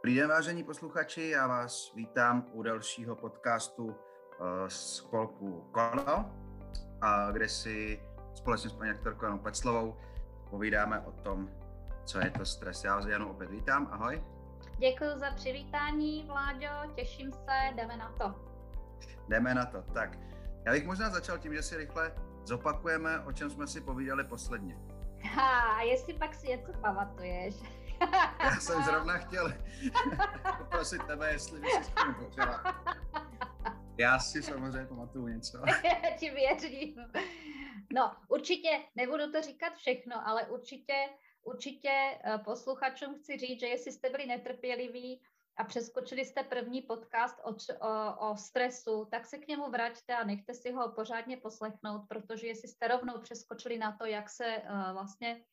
Dobrý den, vážení posluchači, já vás vítám u dalšího podcastu spolku Kono, kde si společně s paní aktorkou Janou Peclovou povídáme o tom, co je to stres. Já vás, Janu, opět vítám, ahoj. Děkuji za přivítání, Vláďo, těším se, jdeme na to. Jdeme na to, tak. Já bych možná začal tím, že si rychle zopakujeme, o čem jsme si povídali posledně. A jestli pak si něco pamatuješ. Já jsem zrovna chtěl poprosit tebe, jestli by si vzpomněla. Já si samozřejmě pamatuju něco. Já ti věřím. No, určitě, nebudu to říkat všechno, ale určitě posluchačům chci říct, že jestli jste byli netrpěliví a přeskočili jste první podcast o stresu, tak se k němu vraťte a nechte si ho pořádně poslechnout, protože jestli jste rovnou přeskočili na to, jak se vlastně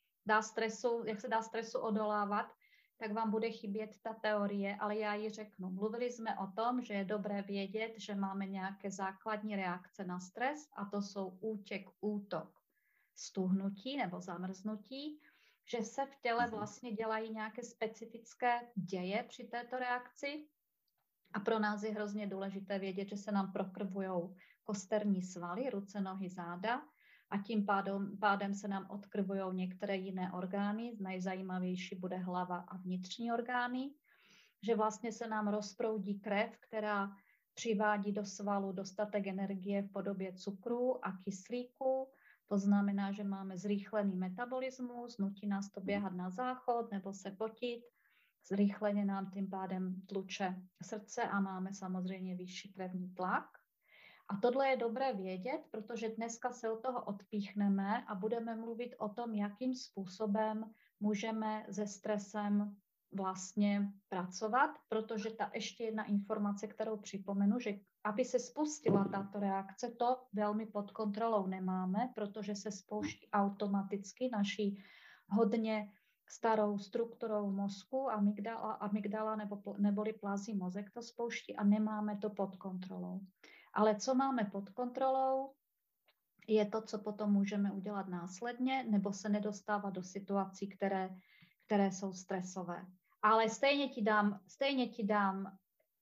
dá stresu odolávat, tak vám bude chybět ta teorie, ale já ji řeknu. Mluvili jsme o tom, že je dobré vědět, že máme nějaké základní reakce na stres a to jsou útěk, útok, stuhnutí nebo zamrznutí, že se v těle vlastně dělají nějaké specifické děje při této reakci a pro nás je hrozně důležité vědět, že se nám prokrvujou kosterní svaly, ruce, nohy, záda a tím pádem se nám odkrvují některé jiné orgány, nejzajímavější bude hlava a vnitřní orgány, že vlastně se nám rozproudí krev, která přivádí do svalu dostatek energie v podobě cukru a kyslíku. To znamená, že máme zrychlený metabolismus, nutí nás to běhat na záchod nebo se potit. Zrychleně nám tím pádem tluče srdce a máme samozřejmě vyšší krevní tlak. A tohle je dobré vědět, protože dneska se od toho odpíchneme a budeme mluvit o tom, jakým způsobem můžeme se stresem vlastně pracovat, protože ta ještě jedna informace, kterou připomenu, že aby se spustila tato reakce, to velmi pod kontrolou nemáme, protože se spouští automaticky naší hodně starou strukturou mozku, amygdala neboli plazí mozek to spouští a nemáme to pod kontrolou. Ale co máme pod kontrolou, je to, co potom můžeme udělat následně, nebo se nedostávat do situací, které jsou stresové. Ale stejně ti dám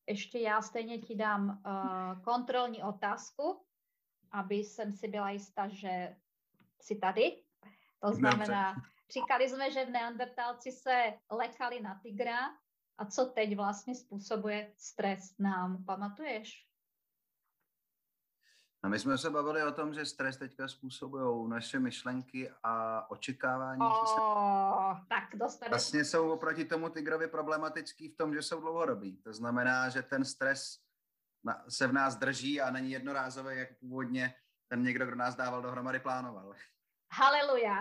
kontrolní otázku, aby jsem si byla jistá, že jsi tady. To znamená, říkali jsme, že v Neandertálci se lekali na tygra a co teď vlastně způsobuje stres nám, pamatuješ? A my jsme se bavili o tom, že stres teďka způsobují naše myšlenky a očekávání. Tak dostaneš. Vlastně jsou oproti tomu tygrovi problematický v tom, že jsou dlouhodobí. To znamená, že ten stres se v nás drží a není jednorázový, jak původně ten někdo, kdo nás dával dohromady, plánoval. Haleluja.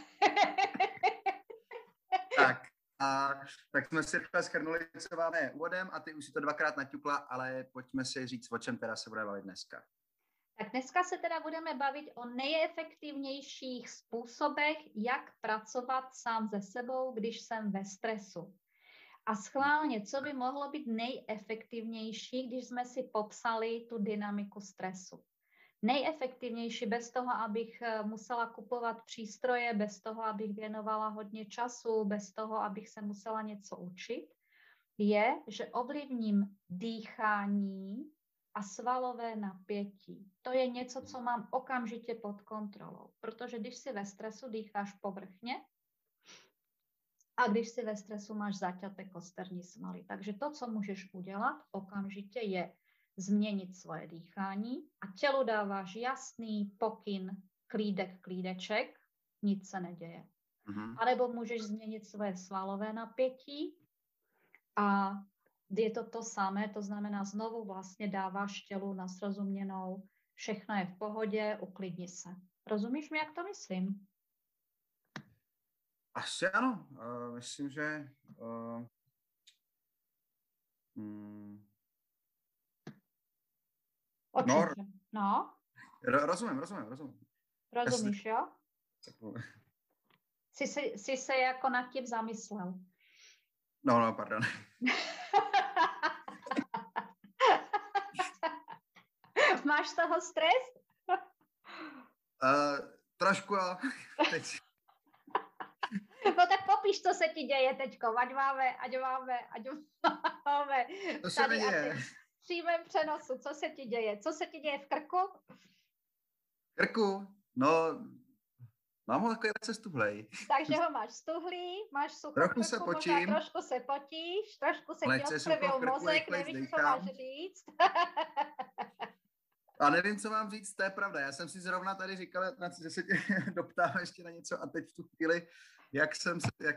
Tak jsme si shrnuli, co máme úvodem a ty už si to dvakrát naťukla, ale pojďme si říct, o čem teda se bude bavit dneska. Tak dneska se teda budeme bavit o nejefektivnějších způsobech, jak pracovat sám se sebou, když jsem ve stresu. A schválně, co by mohlo být nejefektivnější, když jsme si popsali tu dynamiku stresu. Nejefektivnější bez toho, abych musela kupovat přístroje, bez toho, abych věnovala hodně času, bez toho, abych se musela něco učit, je, že ovlivním dýchání a svalové napětí. To je něco, co mám okamžitě pod kontrolou, protože když jsi ve stresu, dýcháš povrchně a když jsi ve stresu, máš zaťaté kosterní svaly. Takže to, co můžeš udělat okamžitě, je změnit svoje dýchání a tělu dáváš jasný pokyn, klídeček, nic se neděje. A nebo můžeš změnit svoje svalové napětí a je to samé, to znamená znovu vlastně dáváš tělu na srozuměnou, všechno je v pohodě, uklidni se. Rozumíš mi, jak to myslím? Asi ano, myslím, že... No? Rozumím. Rozumíš, jo? Jsi se jako nad tím zamyslel. No, pardon. Máš z toho stres? Trošku, jo. Teď. No tak popiš, co se ti děje teďko, ať máme To se tady mi a děje. teď v přímém přenosu, co se ti děje? Co se ti děje v krku? Krku, no, mám ho takový lehce stuhlej. Takže ho máš stuhlý, máš sucho Trochu krku, se možná potím. trošku se potíš, trošku se ti Lehce sucho odkrvil v krku, mozek, rychlejc nevíš, co dejchám. máš říct. A nevím, co mám říct, to je pravda. Já jsem si zrovna tady říkal, že se tě doptám ještě na něco a teď v tu chvíli, jak se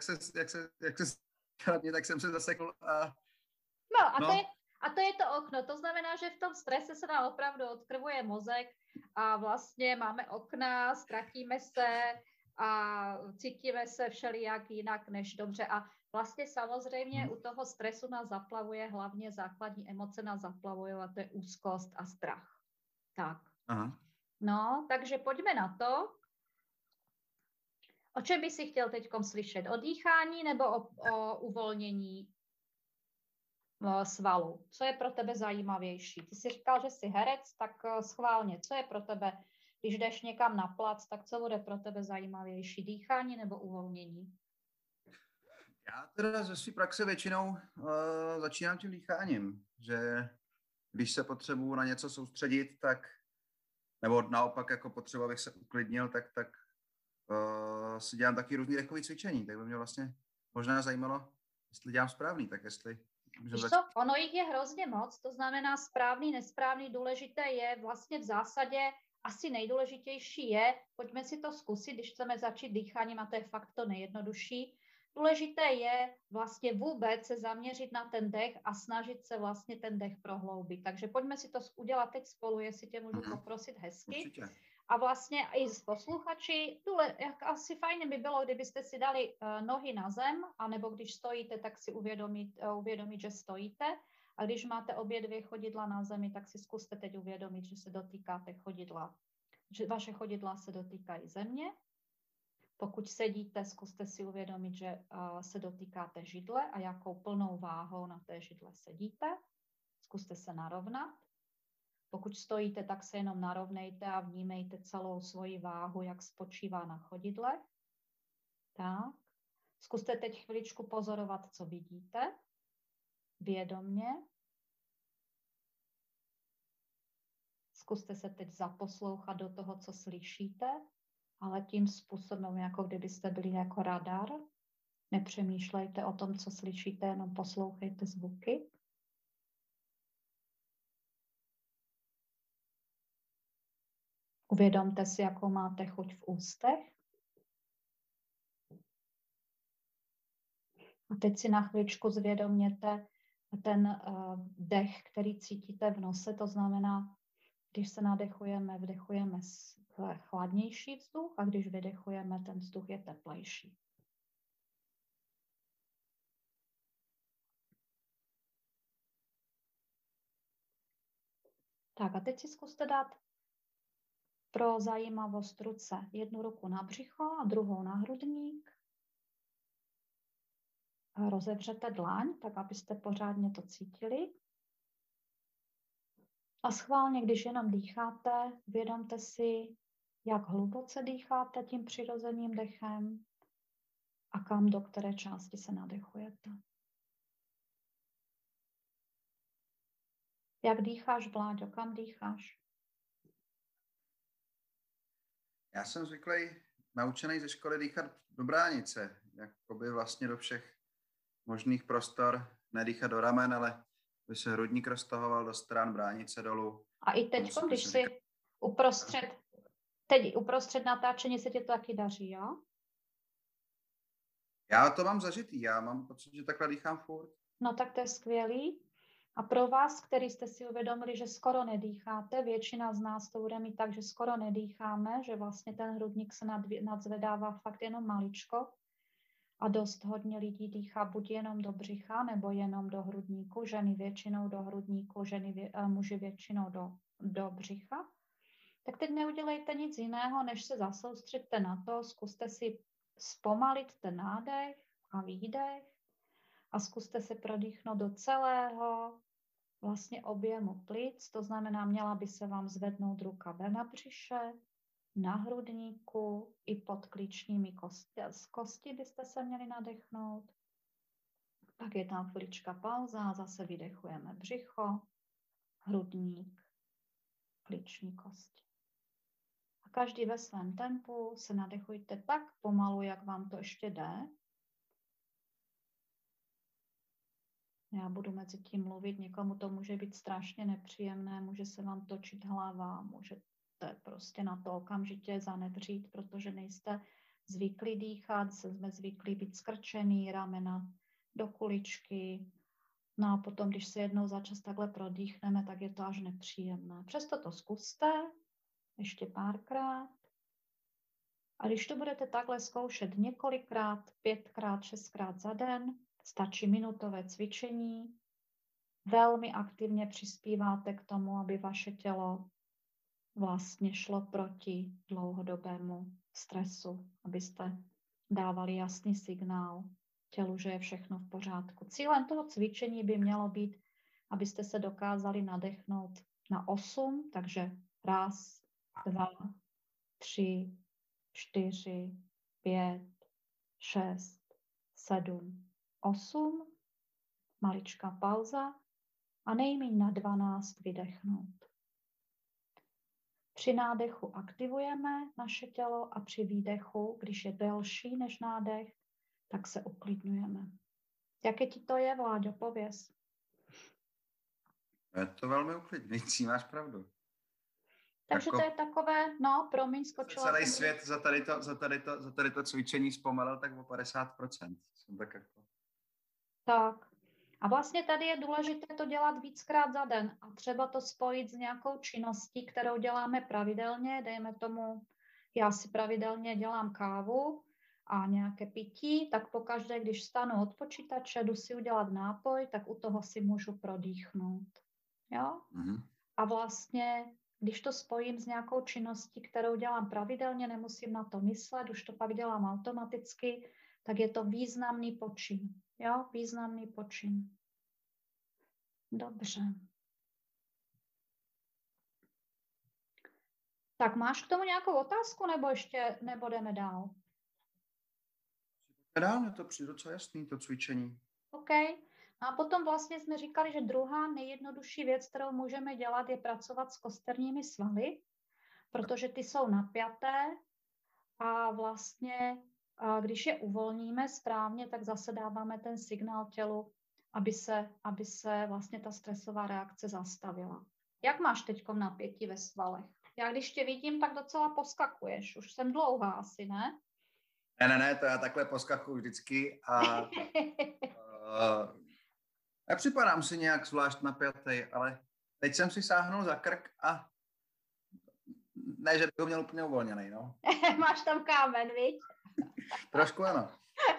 tak jsem se zasekl a... No. A to je to okno. To znamená, že v tom strese se nám opravdu odkrvuje mozek a vlastně máme okna, ztratíme se a cítíme se všelijak jinak než dobře. A vlastně samozřejmě u toho stresu nás zaplavuje, hlavně základní emoce nás zaplavují a to je úzkost a strach. Tak. Aha. No, takže pojďme na to. O čem by si chtěl teďkom slyšet? O dýchání nebo o uvolnění svalu? Co je pro tebe zajímavější? Ty jsi říkal, že jsi herec, tak schválně. Co je pro tebe, když jdeš někam na plac, tak co bude pro tebe zajímavější? Dýchání nebo uvolnění? Já teda ze své praxe většinou začínám tím dýcháním, že když se potřebuju na něco soustředit, tak nebo naopak jako potřeba, abych se uklidnil, tak si dělám taky různý dechový cvičení, tak by mě vlastně možná zajímalo, jestli dělám správný, tak jestli... Ono jich je hrozně moc, to znamená správný, nesprávný, důležité je vlastně v zásadě asi nejdůležitější je, pojďme si to zkusit, když chceme začít dýcháním a to je fakt to nejjednodušší. Důležité je vlastně vůbec se zaměřit na ten dech a snažit se vlastně ten dech prohloubit. Takže pojďme si to udělat teď spolu, jestli tě můžu poprosit hezky. Určitě. A vlastně i s posluchači, asi fajně by bylo, kdybyste si dali nohy na zem, anebo když stojíte, tak si uvědomit, že stojíte. A když máte obě dvě chodidla na zemi, tak si zkuste teď uvědomit, že se dotýkáte chodidla, že vaše chodidla se dotýkají země. Pokud sedíte, zkuste si uvědomit, že se dotýkáte židle a jakou plnou váhou na té židle sedíte. Zkuste se narovnat. Pokud stojíte, tak se jenom narovnejte a vnímejte celou svoji váhu, jak spočívá na chodidle. Tak. Zkuste teď chviličku pozorovat, co vidíte. Vědomně. Zkuste se teď zaposlouchat do toho, co slyšíte, ale tím způsobem, jako kdybyste byli jako radar. Nepřemýšlejte o tom, co slyšíte, jenom poslouchejte zvuky. Uvědomte si, jakou máte chuť v ústech. A teď si na chvíličku zvědomněte ten dech, který cítíte v nose. To znamená, když se nadechujeme, vdechujeme chladnější vzduch a když vydechujeme, ten vzduch je teplejší. Tak a teď si zkuste dát pro zajímavost ruce jednu ruku na břicho a druhou na hrudník. A rozevřete dlaň, tak abyste pořádně to cítili. A schválně, když jenom dýcháte, uvědomte si, jak hluboce dýcháte tím přirozeným dechem a kam do které části se nadechujete. Jak dýcháš, Vláďo? Kam dýcháš? Já jsem zvyklý, naučený ze školy dýchat do bránice, jakoby vlastně do všech možných prostor, nedýchat do ramen, ale by se hrudník roztahoval do stran, bránice dolů. A i teď, když jsi uprostřed natáčení, se ti to taky daří, jo? Já to mám zažitý, já mám pocit, že takhle dýchám furt. No tak to je skvělý. A pro vás, který jste si uvědomili, že skoro nedýcháte, většina z nás to bude mít tak, že skoro nedýcháme, že vlastně ten hrudník se nadzvedává fakt jenom maličko a dost hodně lidí dýchá buď jenom do břicha, nebo jenom do hrudníku, ženy většinou do hrudníku, muži většinou do břicha. Tak teď neudělejte nic jiného, než se zasoustřeďte na to, zkuste si zpomalit ten nádech a výdech a zkuste se prodýchnout do celého vlastně objemu plic, to znamená, měla by se vám zvednout ruka na břiše, na hrudníku i pod klíčními kosti. Z kosti byste se měli nadechnout. Pak je tam chvilička pauza, zase vydechujeme břicho, hrudník, klíční kosti. A každý ve svém tempu se nadechujte tak pomalu, jak vám to ještě jde. Já budu mezi tím mluvit, někomu to může být strašně nepříjemné, může se vám točit hlava, můžete prostě na to okamžitě zanevřít, protože nejste zvyklí dýchat, jsme zvyklí být skrčený, ramena do kuličky. No a potom, když se jednou za čas takhle prodýchneme, tak je to až nepříjemné. Přesto to zkuste, ještě párkrát. A když to budete takhle zkoušet několikrát, 5krát, 6krát za den, stačí minutové cvičení, velmi aktivně přispíváte k tomu, aby vaše tělo vlastně šlo proti dlouhodobému stresu, abyste dávali jasný signál tělu, že je všechno v pořádku. Cílem toho cvičení by mělo být, abyste se dokázali nadechnout na 8, takže 1, 2, 3, 4, 5, 6, 7, 8, maličká pauza a nejméně na 12 vydechnout. Při nádechu aktivujeme naše tělo a při výdechu, když je delší než nádech, tak se uklidňujeme. Jaké ti to je, Vláďo, pověz? Je to velmi uklidňující, máš pravdu. Takže jako, to je takové, no, promiň, skočila. Celý svět za tady to cvičení zpomalil tak o 50%. Jsem tak jako... Tak. A vlastně tady je důležité to dělat víckrát za den a třeba to spojit s nějakou činností, kterou děláme pravidelně. Dejme tomu, já si pravidelně dělám kávu a nějaké pití, tak pokaždé, když vstanu od počítače, jdu si udělat nápoj, tak u toho si můžu prodýchnout. Jo? Mm-hmm. A vlastně, když to spojím s nějakou činností, kterou dělám pravidelně, nemusím na to myslet, už to pak dělám automaticky, tak je to významný počin. Jo, významný počin. Dobře. Tak máš k tomu nějakou otázku, nebo jdeme dál? Dál, je to přijde docela jasný, to cvičení. OK. A potom vlastně jsme říkali, že druhá nejjednodušší věc, kterou můžeme dělat, je pracovat s kosterními svaly, protože ty jsou napjaté a vlastně když je uvolníme správně, tak zase dáváme ten signál tělu, aby se vlastně ta stresová reakce zastavila. Jak máš teď napětí ve svalech? Já když tě vidím, tak docela poskakuješ. Už jsem dlouhá asi, ne? Ne, to já takhle poskakuju vždycky a nepřipadám si nějak zvlášť napjatý, ale teď jsem si sáhnul za krk a ne, že bych ho měl úplně uvolněný, no. Máš tam kámen, viď? Trošku ano.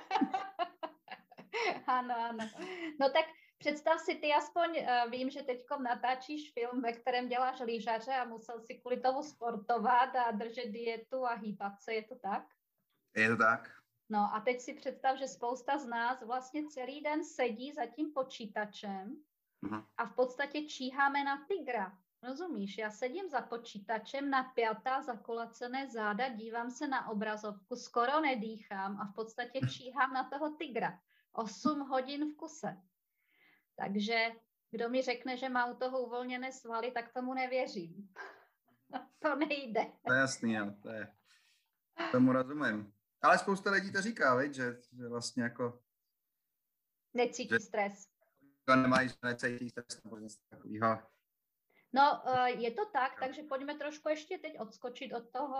Ano. No tak představ si, ty aspoň vím, že teďkom natáčíš film, ve kterém děláš lyžaře a musel si kvůli tomu sportovat a držet dietu a hýbat se, je to tak? Je to tak. No a teď si představ, že spousta z nás vlastně celý den sedí za tím počítačem a v podstatě číháme na tygra. Rozumíš? Já sedím za počítačem, napjatá, zakolacené záda, dívám se na obrazovku, skoro nedýchám a v podstatě číhám na toho tygra. 8 hodin v kuse. Takže kdo mi řekne, že má u toho uvolněné svaly, tak tomu nevěřím. To nejde. To je jasný, jo. Tomu rozumím. Ale spousta lidí to říká, viď? Že vlastně jako... Necítí stres. Nemají, že necítí stres nebo něco takového. No, je to tak, takže pojďme trošku ještě teď odskočit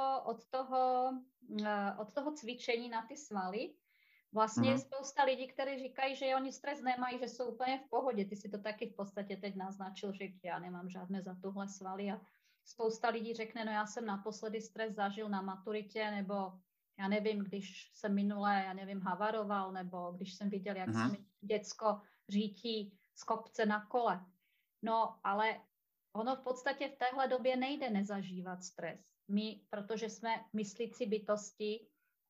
od toho cvičení na ty svaly. Vlastně je spousta lidí, kteří říkají, že oni stres nemají, že jsou úplně v pohodě. Ty si to taky v podstatě teď naznačil, že já nemám žádné za tuhle svaly a spousta lidí řekne, no já jsem naposledy stres zažil na maturitě, nebo já nevím, když jsem minule, havaroval, nebo když jsem viděl, jak se mi děcko řítí z kopce na kole. No, ale ono v podstatě v téhle době nejde nezažívat stres. My, protože jsme myslící bytosti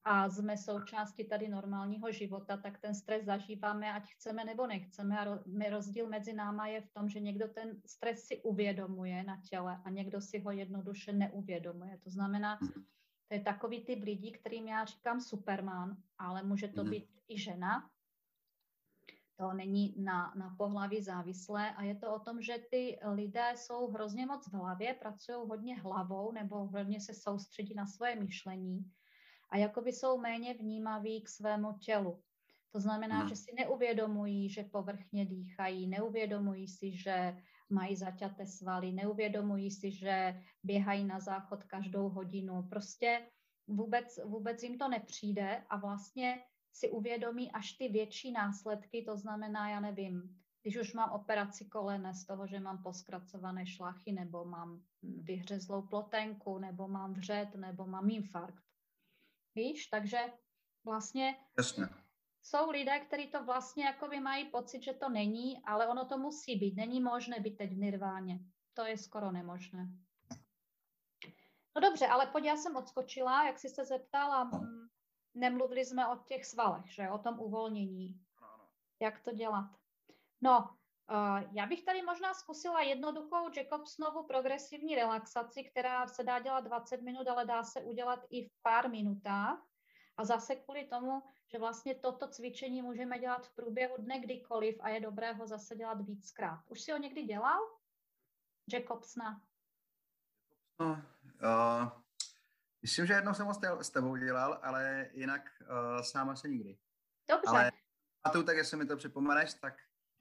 a jsme součástí tady normálního života, tak ten stres zažíváme, ať chceme nebo nechceme. A rozdíl mezi náma je v tom, že někdo ten stres si uvědomuje na těle a někdo si ho jednoduše neuvědomuje. To znamená, to je takový typ lidí, kterým já říkám Superman, ale může to být i žena. To není na pohlaví závislé a je to o tom, že ty lidé jsou hrozně moc v hlavě, pracují hodně hlavou nebo hodně se soustředí na svoje myšlení a jakoby jsou méně vnímaví k svému tělu. To znamená, že si neuvědomují, že povrchně dýchají, neuvědomují si, že mají zaťaté svaly, neuvědomují si, že běhají na záchod každou hodinu. Prostě vůbec jim to nepřijde a vlastně si uvědomí až ty větší následky, to znamená, já nevím, když už mám operaci kolene z toho, že mám poskracované šlachy, nebo mám vyhřezlou plotenku, nebo mám vřet, nebo mám infarkt. Víš, takže vlastně Jasně. Jsou lidé, kteří to vlastně jakoby mají pocit, že to není, ale ono to musí být. Není možné být teď v nirváně. To je skoro nemožné. No dobře, ale pojď, já jsem odskočila, jak jsi se zeptala, nemluvili jsme o těch svalech, že? O tom uvolnění. Jak to dělat? No, já bych tady možná zkusila jednoduchou Jacobsonovu progresivní relaxaci, která se dá dělat 20 minut, ale dá se udělat i v pár minutách. A zase kvůli tomu, že vlastně toto cvičení můžeme dělat v průběhu dne kdykoliv a je dobré ho zase dělat víckrát. Už jsi ho někdy dělal? Jacobsona? No, myslím, že jednou jsem ho s tebou dělal, ale jinak sám asi nikdy. Dobře. Ale tak jestli mi to připomeneš, tak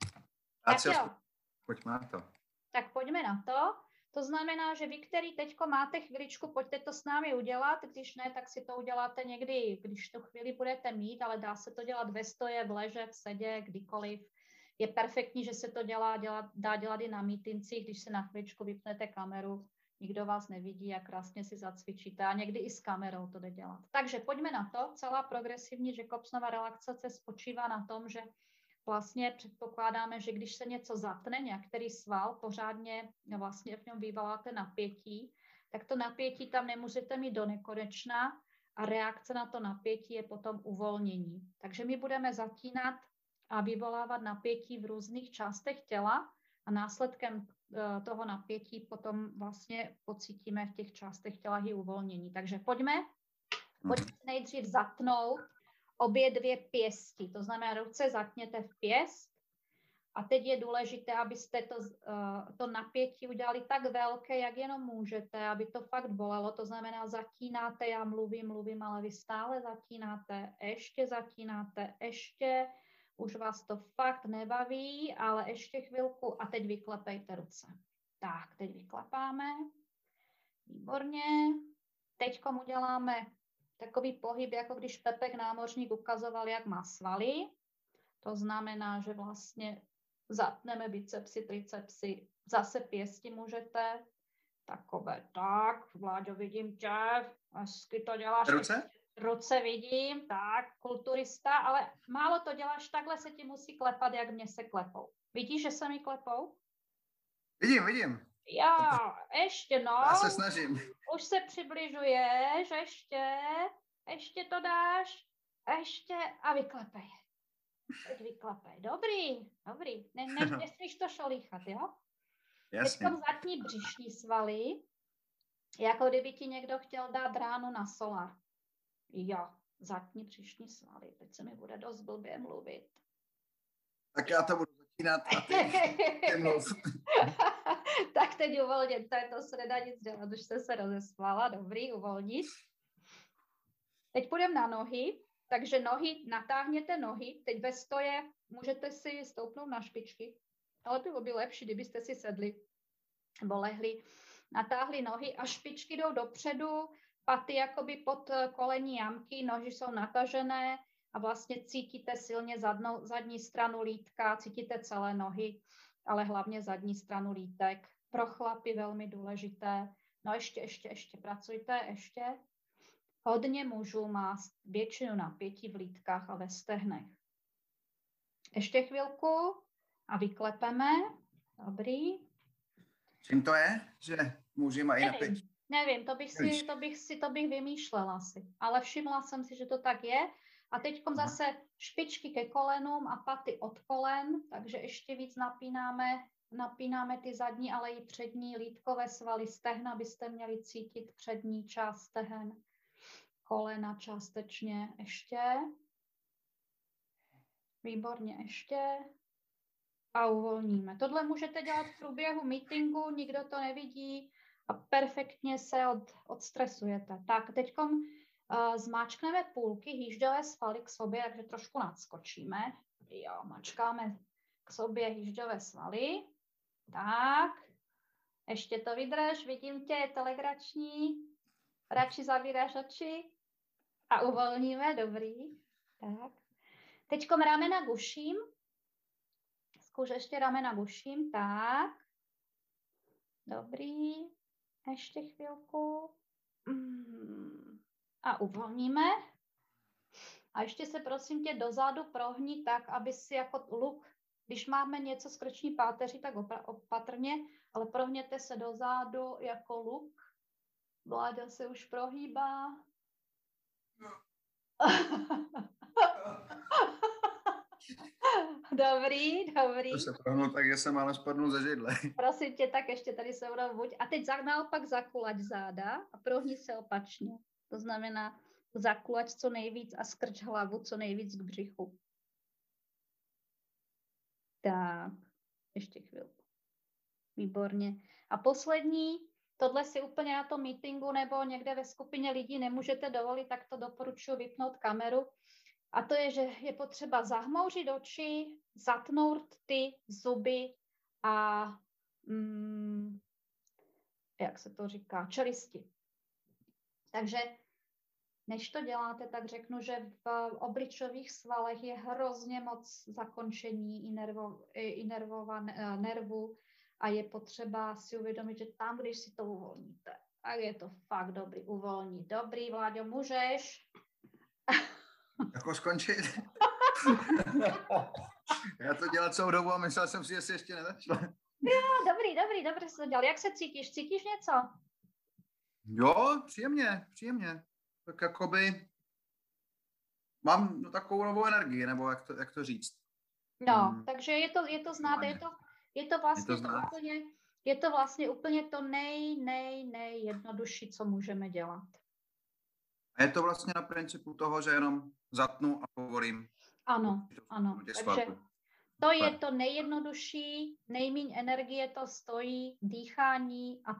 pojďme na to. Tak pojďme na to. To znamená, že vy, který teďko máte chviličku, pojďte to s námi udělat, když ne, tak si to uděláte někdy, když tu chvíli budete mít, ale dá se to dělat ve stoje, v leže, v sedě, kdykoliv. Je perfektní, že se to dá dělat i na mítincích, když se na chviličku vypnete kameru, nikdo vás nevidí a krásně si zacvičíte a někdy i s kamerou to jde dělat. Takže pojďme na to. Celá progresivní Jacobsonova relaxace spočívá na tom, že vlastně předpokládáme, že když se něco zatne, některý sval, pořádně vlastně v něm vyvoláte napětí, tak to napětí tam nemůžete mít do nekonečna a reakce na to napětí je potom uvolnění. Takže my budeme zatínat a vyvolávat napětí v různých částech těla a následkem toho napětí potom vlastně pocítíme v těch částech těla i uvolnění. Takže pojďme nejdřív zatnout obě dvě pěsti, to znamená, ruce zatněte v pěst a teď je důležité, abyste to napětí udělali tak velké, jak jenom můžete, aby to fakt bolelo, to znamená zatínáte, já mluvím, ale vy stále zatínáte, ještě, už vás to fakt nebaví, ale ještě chvilku a teď vyklepejte ruce. Tak, teď vyklepáme, výborně, teďkom uděláme takový pohyb, jako když Pepek námořník ukazoval, jak má svaly. To znamená, že vlastně zatneme bicepsy, tricepsy, zase pěsti můžete. Takové, tak, Vláďo, vidím tě, hezky to děláš. Ruce vidím, tak, kulturista, ale málo to děláš, takhle se ti musí klepat, jak mě se klepou. Vidíš, že se mi klepou? Vidím. Jo, ještě no. Já se snažím. Už se přibližuješ, ještě to dáš, ještě a vyklepej. Teď vyklepej. Dobrý. Nesmíš to šolíchat, jo? Jasně. Teď zatní břišní svaly, jako kdyby ti někdo chtěl dát ránu na solar. Jo, zatní břišní svaly. Teď se mi bude dost blbě mluvit. Tak já to budu zatínat a ty mluv. Tak teď uvolnit, to je to se nedá nic dělat, už jste se rozesvala, dobrý, uvolnit. Teď půjdeme na nohy, takže natáhněte nohy, teď ve stoje můžete si stoupnout na špičky, ale bylo by lepší, kdybyste si sedli nebo lehli, natáhli nohy a špičky jdou dopředu, paty jakoby pod kolení jamky, nohy jsou natažené a vlastně cítíte silně zadní stranu lítka, cítíte celé nohy, ale hlavně zadní stranu lítek. Pro chlapy velmi důležité. No ještě pracujte, ještě. Hodně mužů má většinu napětí v lítkách a ve stehnech. Ještě chvilku a vyklepeme. Dobrý. Čím to je, že muži mají napětí? Nevím, to bych vymýšlela asi. Ale všimla jsem si, že to tak je. A teď zase špičky ke kolenům a paty od kolen, takže ještě víc napínáme ty zadní, ale i přední lítkové svaly stehna, byste měli cítit přední část stehen, kolena částečně ještě. Výborně ještě. A uvolníme. Tohle můžete dělat v průběhu meetingu, nikdo to nevidí a perfektně se odstresujete. Tak, teďkom zmáčkneme půlky hýžďové svaly k sobě, takže trošku nadskočíme. Jo, mačkáme k sobě hýžďové svaly. Tak, ještě to vydrž, vidím tě, je to legrační. Radši zavíráš oči a uvolníme, dobrý. Tak. Teďkom ramena guším. Zkus ještě ramena guším, tak. Dobrý. Ještě chvilku. A uvolníme. A ještě se prosím tě dozadu prohni tak, aby si jako luk, když máme něco z krční páteří, tak opatrně, ale prohněte se dozadu jako luk. Vláďa se už prohýbá. Dobrý. To se prohnul tak, že jsem ale spadnul ze židle. Prosím tě, tak ještě tady se mnou buď. A teď naopak zakulač záda a prohni se opačně. To znamená zakulač co nejvíc a skrč hlavu co nejvíc k břichu. Tak, ještě chvilku. Výborně. A poslední, tohle si úplně na tom meetingu nebo někde ve skupině lidí nemůžete dovolit, tak to doporučuji vypnout kameru. A to je, že je potřeba zahmouřit oči, zatnout ty zuby a, jak se to říká, čelisti. Takže než to děláte, tak řeknu, že v obličových svalech je hrozně moc zakončení i nervu a je potřeba si uvědomit, že tam, když si to uvolníte, tak je to fakt dobrý uvolnit. Dobrý, Vláďo, můžeš? Jako skončit? Já to dělal celou dobu a myslel jsem si, že si ještě nezačala. Jo, dobrý jsi to dělal. Jak se cítíš? Cítíš něco? Jo, příjemně. Tak jakoby mám takovou novou energii, nebo jak to říct. No, takže je to znát, je to vlastně úplně to nejjednodušší, co můžeme dělat. A je to vlastně na principu toho, že jenom zatnu a povolím. Ano. Takže to je to nejjednodušší, nejméně energie to stojí, dýchání a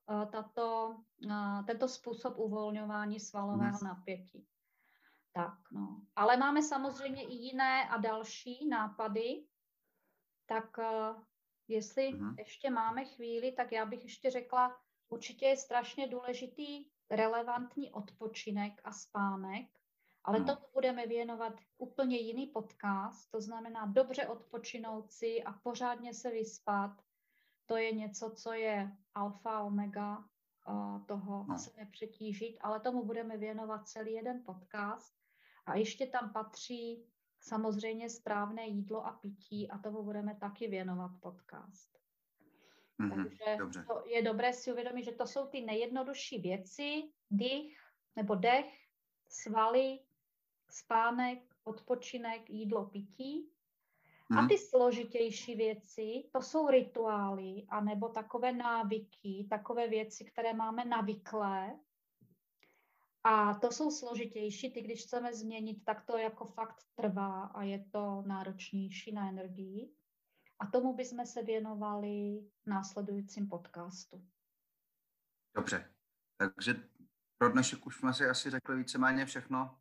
tento způsob uvolňování svalového napětí. Tak, no. Ale máme samozřejmě i jiné a další nápady, tak jestli ještě máme chvíli, tak já bych ještě řekla, určitě je strašně důležitý relevantní odpočinek a spánek, ale tomu budeme věnovat úplně jiný podcast, to znamená dobře odpočinout si a pořádně se vyspat. To je něco, co je alfa, omega toho se nepřetížit, ale tomu budeme věnovat celý jeden podcast. A ještě tam patří samozřejmě správné jídlo a pití a tomu budeme taky věnovat podcast. Takže to je dobré si uvědomit, že to jsou ty nejjednodušší věci, dech, svaly, spánek, odpočinek, jídlo, pití. A ty složitější věci, to jsou rituály, anebo takové návyky, takové věci, které máme navyklé. A to jsou složitější, ty když chceme změnit, tak to jako fakt trvá a je to náročnější na energii. A tomu bychom se věnovali v následujícím podcastu. Dobře, takže pro dnešek už jsme si asi řekli víceméně všechno,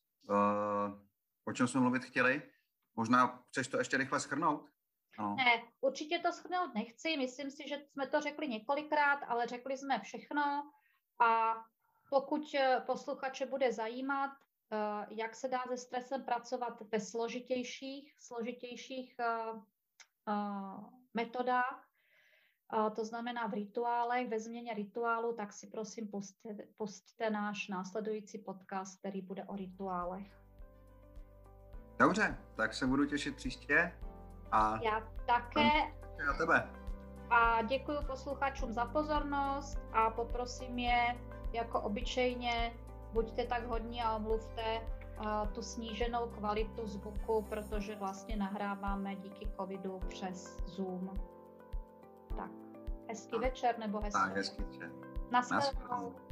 o čem jsme mluvit chtěli. Možná chceš to ještě rychle shrnout? Ano. Ne, určitě to shrnout nechci. Myslím si, že jsme to řekli několikrát, ale řekli jsme všechno. A pokud posluchače bude zajímat, jak se dá se stresem pracovat ve složitějších metodách, to znamená v rituálech, ve změně rituálu, tak si prosím pusťte náš následující podcast, který bude o rituálech. Dobře, tak se budu těšit příště. A já také. A tebe. a děkuji posluchačům za pozornost a poprosím je, jako obyčejně, buďte tak hodní a omluvte tu sníženou kvalitu zvuku, protože vlastně nahráváme díky covidu přes Zoom. Tak, hezký večer nebo hezký. Tak, hezký večer. Naschledanou.